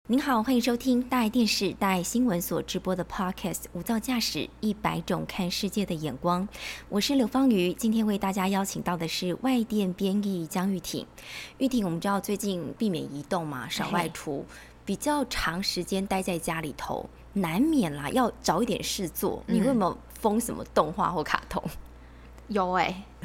您好，欢迎收听大爱电视、大爱新闻所直播的 Podcast 无噪驾驶100种看世界的眼光。我是刘芳瑜，今天为大家邀请到的是外电编译江玉婷。玉婷，我们知道最近避免移动嘛，少外出，比较长时间待在家里头，难免啦要找一点事做。你会有没有封什么动画或卡通？ 有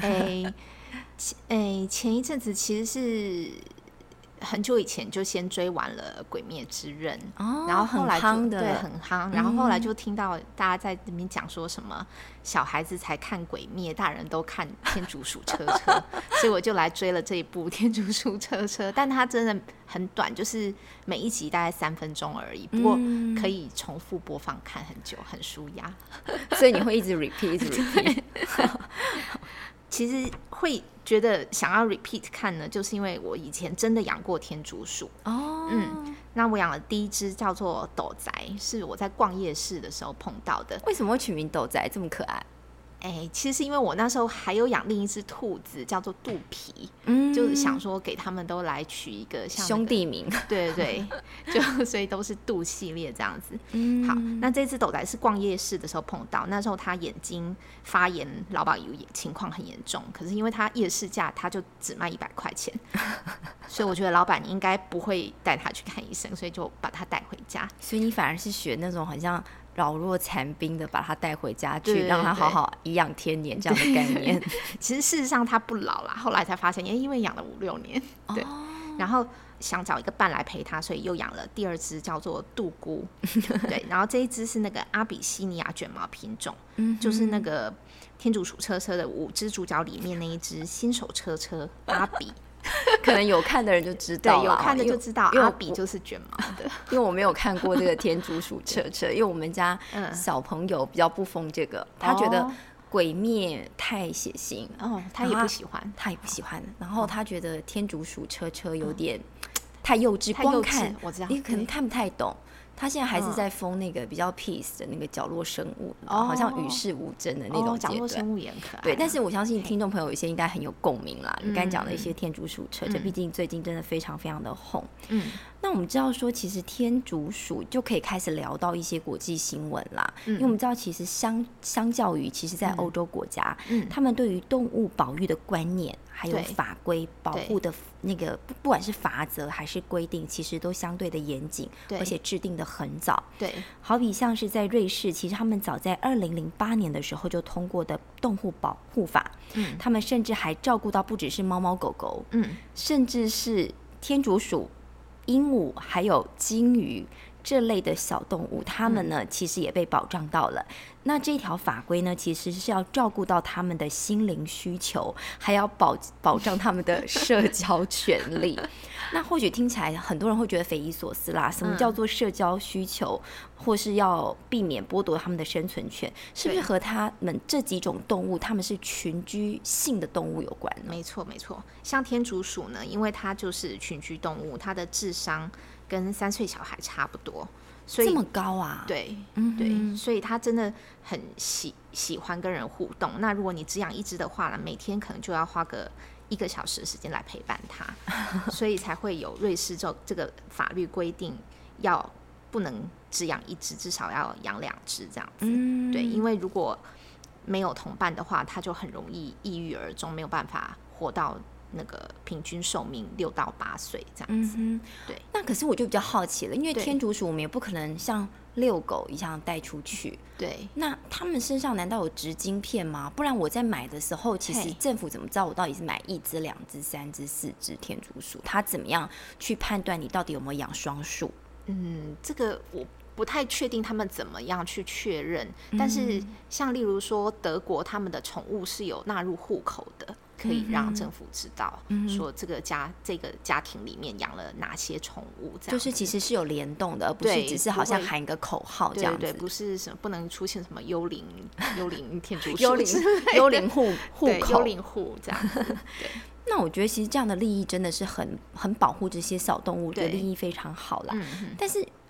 前一阵子其实是很久以前就先追完了《鬼灭之刃》，然后后来就很夯的， 对，很夯。然后后来就听到大家在那边讲说什么小孩子才看《鬼灭》，大人都看《天竺鼠车车》，所以我就来追了这一部《天竺鼠车车》，但它真的很短，就是每一集大概3分钟而已，不过可以重复播放看很久，很舒压。 所以你会一直 repeat 一直 repeat 其实会觉得想要 repeat 看呢，就是因为我以前真的养过天竺鼠那我养了第一只叫做斗仔，是我在逛夜市的时候碰到的。 为什么会取名斗仔这么可爱？ 其实是因为我那时候还有养另一只兔子叫做肚皮，就是想说给他们都来取一个像、 兄弟名， 对对对，就所以都是肚系列这样子。好，那这只斗仔是逛夜市的时候碰到，那时候他眼睛发炎，老板以为情况很严重，可是因为他夜市价他就只卖100块钱，所以我觉得老板应该不会带他去看医生，所以就把他带回家。 所以你反而是学那种很像老弱残兵的，把他带回家去， 对对对， 让他好好颐养天年这样的概念。 其实事实上他不老啦，后来才发现，因为养了5-6年，对，然后想找一个伴来陪他，所以又养了第二只叫做杜姑，对，然后这一只是那个阿比西尼亚卷毛品种，就是那个天竺鼠车车的5只主角里面那一只新手车车阿比。 可能有看的人就知道了， 对，有看的就知道阿比就是卷毛的。 因为我没有看过这个天竺鼠车车，因为我们家小朋友比较不疯这个，他觉得鬼灭太血腥， 他也不喜欢， 然后他觉得天竺鼠车车有点太幼稚，光看我知道， 你可能看不太懂。他现在还是在封那个比较 peace 的那个角落生物，好像与世无争的那种阶段。 角落生物也很可爱。 对，但是我相信听众朋友有一些应该很有共鸣啦。你刚才讲的一些天竺鼠车车，毕竟最近真的非常非常的红。那我们知道说，其实天竺鼠就可以开始聊到一些国际新闻啦。因为我们知道，其实相较于其实在欧洲国家，他们对于动物保育的观念还有法规保护的那个，不管是法则还是规定，其实都相对的严谨，而且制定的很早。 对， 好比像是在瑞士，其实他们早在2008年的时候就通过的动物保护法，他们甚至还照顾到不只是猫猫狗狗，甚至是天竺鼠、鹦鹉还有金鱼这类的小动物，他们呢其实也被保障到了。那这条法规呢，其实是要照顾到他们的心灵需求，还要保障他们的社交权利。那或许听起来很多人会觉得匪夷所思啦，什么叫做社交需求，或是要避免剥夺他们的生存权，是不是和他们这几种动物他们是群居性的动物有关呢？ 没错没错，像天竺鼠呢，因为它就是群居动物，它的智商跟3岁小孩差不多，所以这么高啊？ 对，对，所以他真的很喜欢跟人互动。那如果你只养一只的话呢，每天可能就要花个1个小时的时间来陪伴他，所以才会有瑞士这个法律规定，要不能只养一只，至少要养2只这样子。对，因为如果没有同伴的话，他就很容易抑郁而终，没有办法活到那个平均寿命6到8岁这样子。对。 那可是我就比较好奇了，因为天竺鼠我们也不可能像遛狗一样带出去。 对。 那他们身上难道有植晶片吗？不然我在买的时候，其实政府怎么知道我到底是买1只、2只、3只、4只天竺鼠？他怎么样去判断你到底有没有养双数？ 这个我不太确定他们怎么样去确认，但是像例如说德国，他们的宠物是有纳入户口的，可以让政府知道说这个家庭里面养了哪些宠物，这样就是其实是有联动的，而不是只是好像喊一个口号这样子。 对，不是什么不能出现什么幽灵天竺鼠、 幽灵户口、 幽灵户这样子。对。 那我觉得其实这样的利益真的是很保护这些小动物的利益非常好啦。但是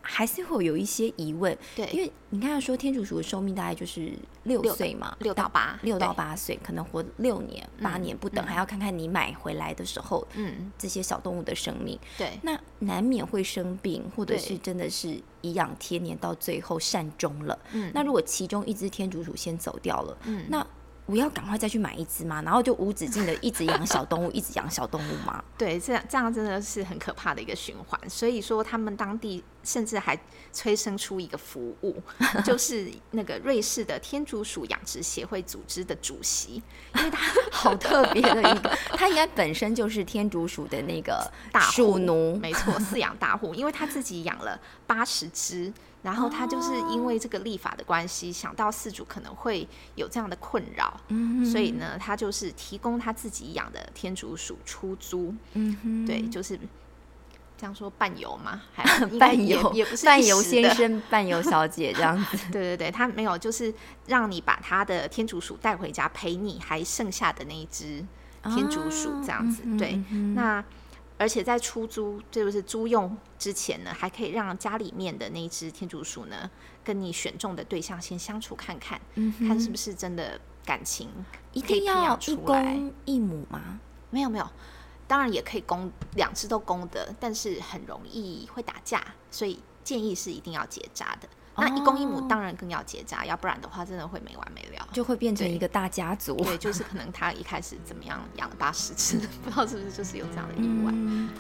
还是会有一些疑问。 对， 因为你刚才说天竺鼠的寿命大概就是6岁嘛 ，6到8 岁，可能活6年、8年不等，还要看看你买回来的时候，这些小动物的生命。 对， 那难免会生病，或者是真的是颐养天年，到最后善终了。那如果其中一只天竺鼠先走掉了，那我要赶快再去买一只吗？然后就无止境的一直养小动物，一直养小动物吗？ 对，这样真的是很可怕的一个循环。所以说，他们当地甚至还催生出一个服务，就是那个瑞士的天竺鼠养殖协会组织的主席，因为他好特别的一个，他应该本身就是天竺鼠的那个大鼠奴， 没错，饲养大户，因为他自己养了80只。然后他就是因为这个立法的关系，想到饲主可能会有这样的困扰，所以呢，他就是提供他自己养的天竺鼠出租。对，就是这样说伴游嘛， 伴游也不是伴游先生、伴游小姐这样子。 对对对，他没有，就是让你把他的天竺鼠带回家陪你还剩下的那一只天竺鼠这样子。对，那。而且在出租，就是租用之前呢，还可以让家里面的那一只天竺鼠呢，跟你选中的对象先相处看看，看是不是真的感情可以培养出来。 一定要一公一母吗？ 没有没有，当然也可以公，2只都公的，但是很容易会打架，所以建议是一定要结扎的。那一公一母当然更要结扎，要不然的话真的会没完没了， 就会变成一个大家族。 对，就是可能他一开始怎么样养了80只，不知道是不是就是有这样的意外。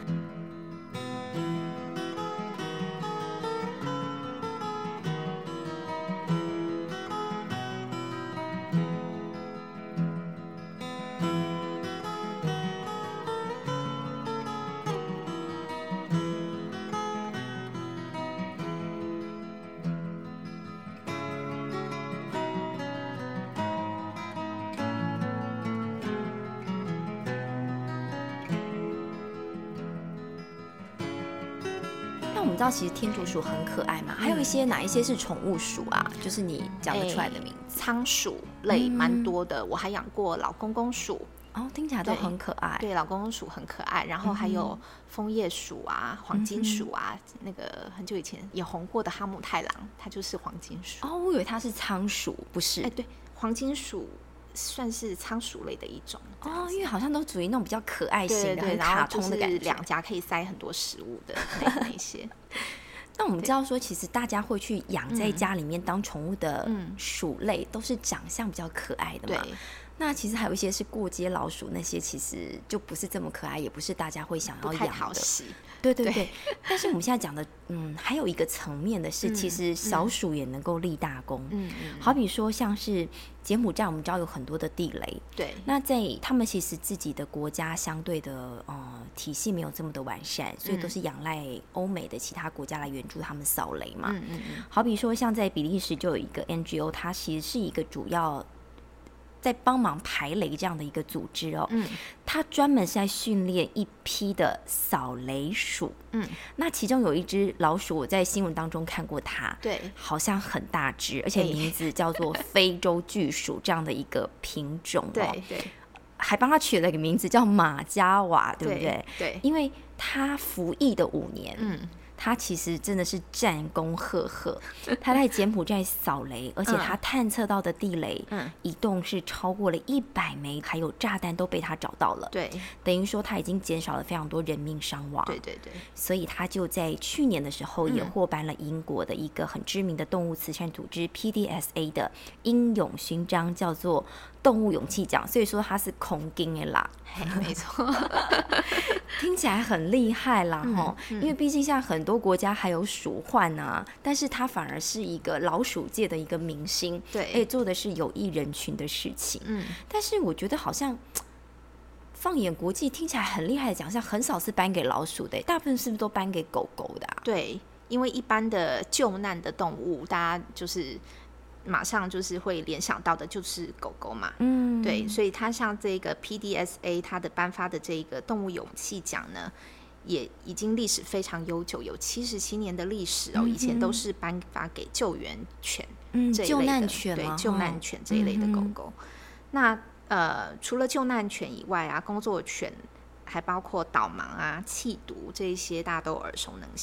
我们知道其实天竺鼠很可爱嘛，还有哪一些是宠物鼠啊？就是你讲得出来的名字。 仓鼠类蛮多的，我还养过老公公鼠。 听起来都很可爱。 对，老公公鼠很可爱，然后还有枫叶鼠啊、黄金鼠啊，那个很久以前也红过的哈姆太郎，它就是黄金鼠。 我以为它是仓鼠，不是。 对，黄金鼠算是仓鼠类的一种。 因为好像都属于那种比较可爱型的，很卡通的感觉， 两颊可以塞很多食物的那些。 那我们知道说，其实大家会去养在家里面当宠物的鼠类，都是长相比较可爱的嘛。 对。 那其实还有一些是过街老鼠，那些其实就不是这么可爱，也不是大家会想要养的， 不太讨喜。 对对对。但是我们现在讲的，还有一个层面的是，其实小鼠也能够立大功。好比说像是柬埔寨，我们知道有很多的地雷。 对。 那在他们其实自己的国家相对的体系没有这么的完善，所以都是仰赖欧美的其他国家来援助他们扫雷嘛。好比说像在比利时就有一个 NGO， 它其实是一个主要在帮忙排雷这样的一个组织它专门是在训练一批的扫雷鼠。那其中有一只老鼠，我在新闻当中看过它， 对， 好像很大只，而且名字叫做非洲巨鼠这样的一个品种。 对对， 还帮它取了一个名字叫马加瓦，对不对？ 对， 因为它服役的5年。他其实真的是战功赫赫，他在柬埔寨扫雷，而且他探测到的地雷一共是超过了100枚，还有炸弹都被他找到了。 对， 等于说他已经减少了非常多人命伤亡。 对对对， 所以他就在去年的时候也获颁了英国的一个很知名的动物慈善组织 PDSA 的英勇勋章，叫做动物勇气奖。所以说他是恐惊的啦， 没错， 听起来很厉害啦因为毕竟像很多国家还有鼠患啊，但是他反而是一个老鼠界的一个明星， 对， 做的是有益人群的事情。但是我觉得好像放眼国际，听起来很厉害的奖项很少是颁给老鼠的，大部分是不是都颁给狗狗的对，因为一般的救难的动物，大家就是马上就是会联想到的就是狗狗嘛。对，所以它像这个 PDSA 它的颁发的这个动物勇气奖呢，也已经历史非常悠久，有77年的历史以前都是颁发给救援犬这一类的， 救难犬对，救难犬这一类的狗狗。那除了救难犬以外啊，工作犬还包括导盲啊、弃毒这一些，大家都耳熟能详。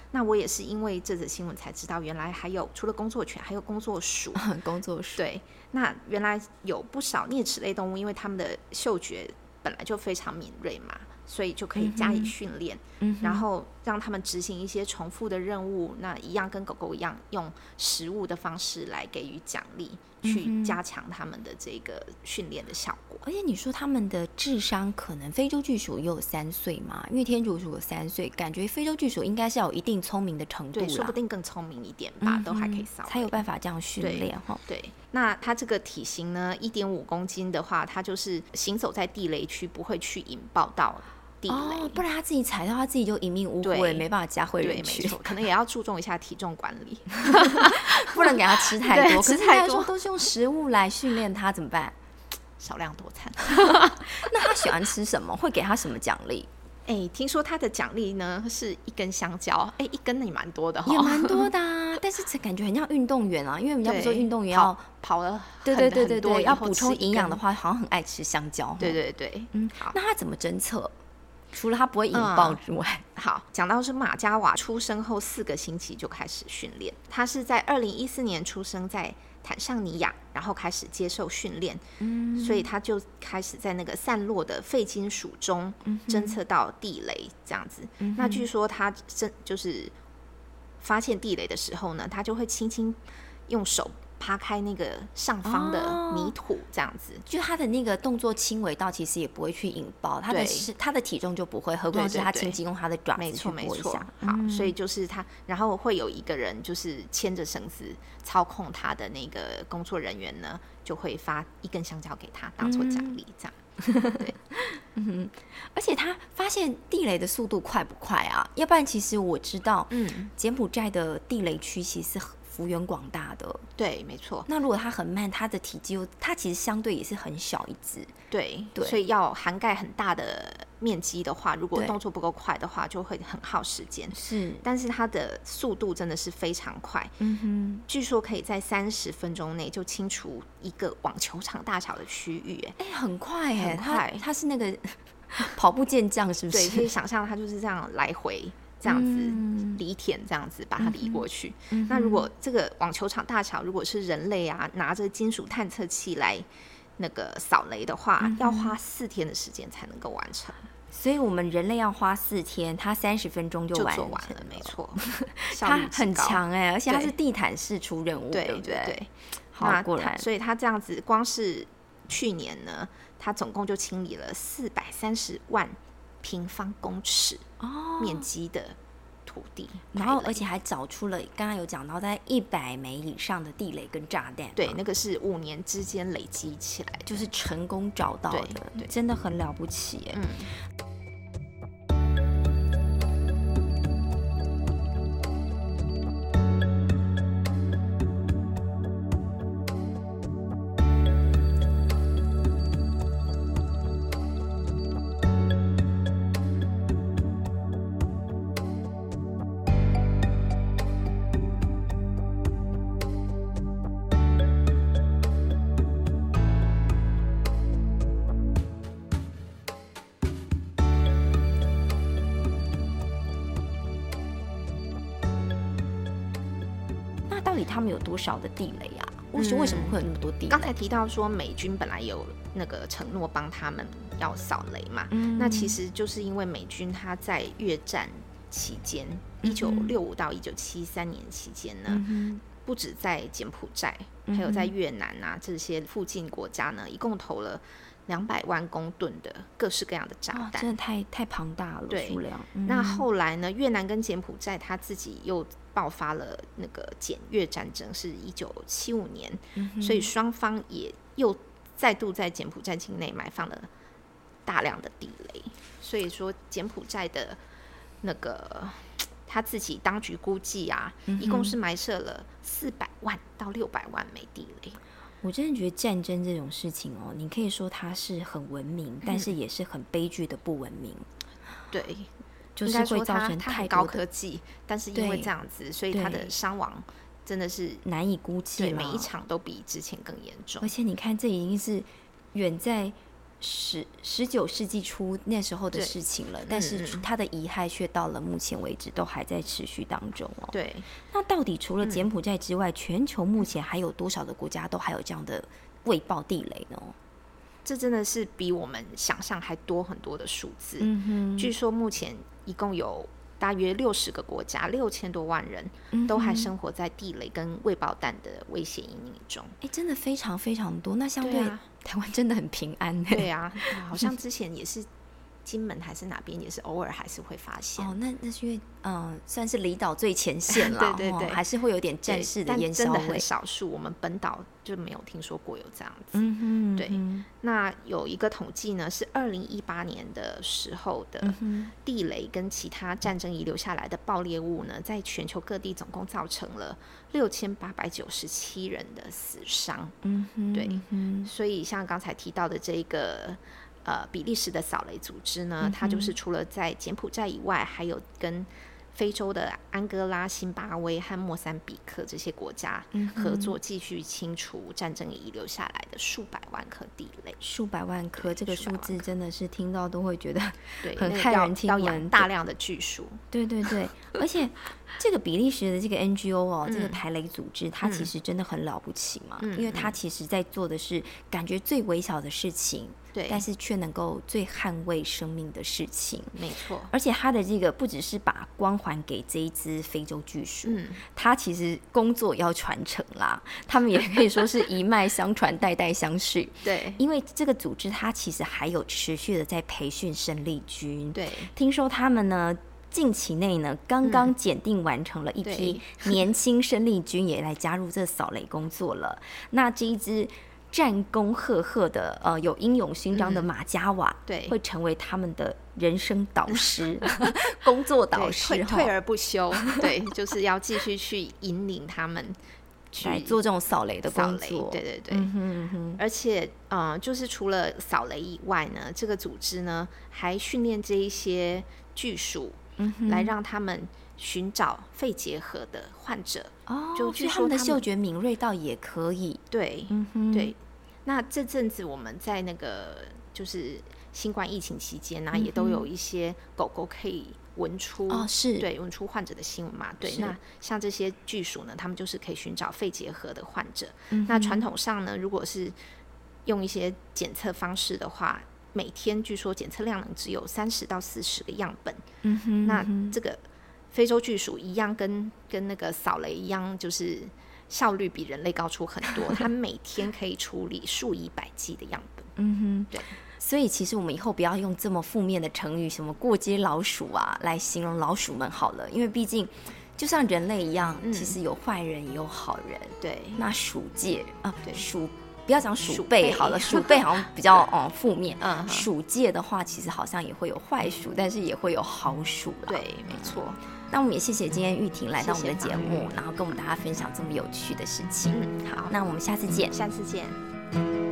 那我也是因为这则新闻才知道，原来还有除了工作犬还有工作鼠。 工作鼠， 对，那原来有不少啮齿类动物，因为它们的嗅觉本来就非常敏锐嘛，所以就可以加以训练，然后让他们执行一些重复的任务，那一样跟狗狗一样，用食物的方式来给予奖励，去加强他们的这个训练的效果。 而且你说他们的智商可能非洲巨鼠也有3岁嘛，因为天竺鼠有3岁，感觉非洲巨鼠应该是要有一定聪明的程度啦， 对，说不定更聪明一点吧，都还可以扫雷， 才有办法这样训练。 对，那它这个体型呢，1.5公斤的话，它就是行走在地雷区不会去引爆到地雷， 不然他自己踩到他自己就一命呜呼，也没办法加回人群。 对，没错，可能也要注重一下体重管理， 不能给他吃太多。 吃太多， 说都是用食物来训练他，怎么办？ 少量多餐。 那他喜欢吃什么？会给他什么奖励？ 听说他的奖励呢是1根香蕉，1根也蛮多的也蛮多的啊。但是感觉很像运动员啊，因为人家不说运动员要跑了很多，要补充营养的话，好像很爱吃香蕉。 对， 好，那他怎么侦测？除了他不会引爆之外， 好，讲到是马加瓦出生后4个星期就开始训练，他是在2014年出生在坦桑尼亚，然后开始接受训练，所以他就开始在那个散落的废金属中侦测到地雷这样子。那据说他就是发现地雷的时候呢，他就会轻轻用手扒开那个上方的泥土，这样子， 就他的那个动作轻微到其实也不会去引爆，他的体重就不会，何况是他轻轻用他的爪子去拨一下。 好，所以就是他，然后会有一个人就是牵着绳子操控他的那个工作人员呢，就会发1根香蕉给他当做奖励，这样。对， 而且他发现地雷的速度快不快啊？要不然其实我知道，柬埔寨的地雷区其实幅员广大的， 对，没错。 那如果它很慢，它的体积它其实相对也是很小一只， 对，所以要涵盖很大的面积的话，如果动作不够快的话，就会很耗时间。 是， 但是它的速度真的是非常快，据说可以在30分钟内就清除一个网球场大小的区域， 很快，很快。 它是那个跑步健将，是不是？ 对，可以想象它就是这样来回。这样子犁田，这样子把它犁过去。那如果这个网球场大小，如果是人类啊拿着金属探测器来那个扫雷的话，要花4天的时间才能够完成。 所以我们人类要花4天，它30分钟就做完了，没错。 它很强而且它是地毯式出任务，对不对？ 对。 好，果然。 所以它这样子，光是去年呢，它总共就清理了430万平方公尺面积的土地， 然后而且还找出了刚刚有讲到在100枚以上的地雷跟炸弹， 对，那个是5年之间累积起来的， 就是成功找到的，对，真的很了不起耶。到底他们有多少的地雷啊？为什么会有那么多地雷？ 刚才提到说美军本来有那个承诺帮他们要扫雷嘛，那其实就是因为美军他在越战期间，1965到1973年期间呢，不止在柬埔寨，还有在越南啊这些附近国家呢，一共投了200万公吨的各式各样的炸弹， 真的太庞大了数量。 那后来呢，越南跟柬埔寨他自己又爆发了那个柬越战争，是1975年，所以双方也又再度在柬埔寨境内埋放了大量的地雷。所以说柬埔寨的那个他自己当局估计啊，一共是埋设了400万到600万枚地雷。 我真的觉得战争这种事情你可以说它是很文明，但是也是很悲剧的不文明。 对， 就是会造成太高科技，但是因为这样子，所以它的伤亡真的是难以估计了。 对，每一场都比之前更严重。 而且你看，这已经是远在 19世纪初那时候的事情了，但是它的遗害却到了目前为止都还在持续当中哦。 对， 那到底除了柬埔寨之外，全球目前还有多少的国家都还有这样的未爆地雷呢？ 这真的是比我们想象还多很多的数字。据说目前一共有大约60个国家，6000多万人都还生活在地雷跟未爆弹的危险阴影中。 真的非常非常多。那相对台湾真的很平安。 对啊，好像之前也是金门还是哪边也是偶尔还是会发现。 那是因为算是离岛最前线了， 对， 还是会有点战事的烟硝味， 但真的很少数，我们本岛就没有听说过有这样子。对。那有一个统计呢，是2018年的时候的地雷跟其他战争遗留下来的爆裂物呢，在全球各地总共造成了6897人的死伤。对。所以像刚才提到的这个比利时的扫雷组织呢，它就是除了在柬埔寨以外，还有跟非洲的安哥拉、辛巴威和莫桑比克这些国家合作，继续清除战争遗留下来的数百万颗地雷。 数百万颗，这个数字真的是听到都会觉得很骇人听闻， 要养大量的巨树。 对，而且这个比利时的这个 NGO 这个排雷组织，它其实真的很了不起嘛，因为它其实在做的是感觉最微小的事情，但是却能够最捍卫生命的事情。 没错。 而且它的这个不只是把光环给这一只非洲巨鼠，它其实工作要传承啦，他们也可以说是一脉相传，代代相续。 对， 因为这个组织它其实还有持续的在培训生力军。 对， 听说他们呢近期内呢刚刚检定完成了一批年轻生力军，也来加入这扫雷工作了。那这一支战功赫赫的有英勇勋章的马加瓦，会成为他们的人生导师工作导师， 退而不休。对，就是要继续去引领他们来做这种扫雷的工作。 对，而且就是除了扫雷以外呢，这个组织呢还训练这一些巨鼠，来让他们寻找肺结核的患者。就据说他们的嗅觉敏锐到也可以。 对，那这阵子我们在那个就是新冠疫情期间呢，也都有一些狗狗可以闻出闻出患者的新闻嘛。对，那像这些巨鼠呢，他们就是可以寻找肺结核的患者。那传统上呢，如果是用一些检测方式的话，每天据说检测量能只有30到40个样本。那这个非洲巨鼠一样跟那个扫雷一样，就是效率比人类高出很多，它每天可以处理数以百计的样本。对。 所以其实我们以后不要用这么负面的成语，什么过街老鼠啊，来形容老鼠们好了，因为毕竟就像人类一样，其实有坏人也有好人。 对。 那鼠界鼠不要讲鼠辈好了，鼠辈好像比较负面。鼠界的话，其实好像也会有坏鼠，但是也会有好鼠啦。 对，没错。 那我们也谢谢今天玉婷来到我们的节目，然后跟我们大家分享这么有趣的事情。 好， 那我们下次见。 下次见。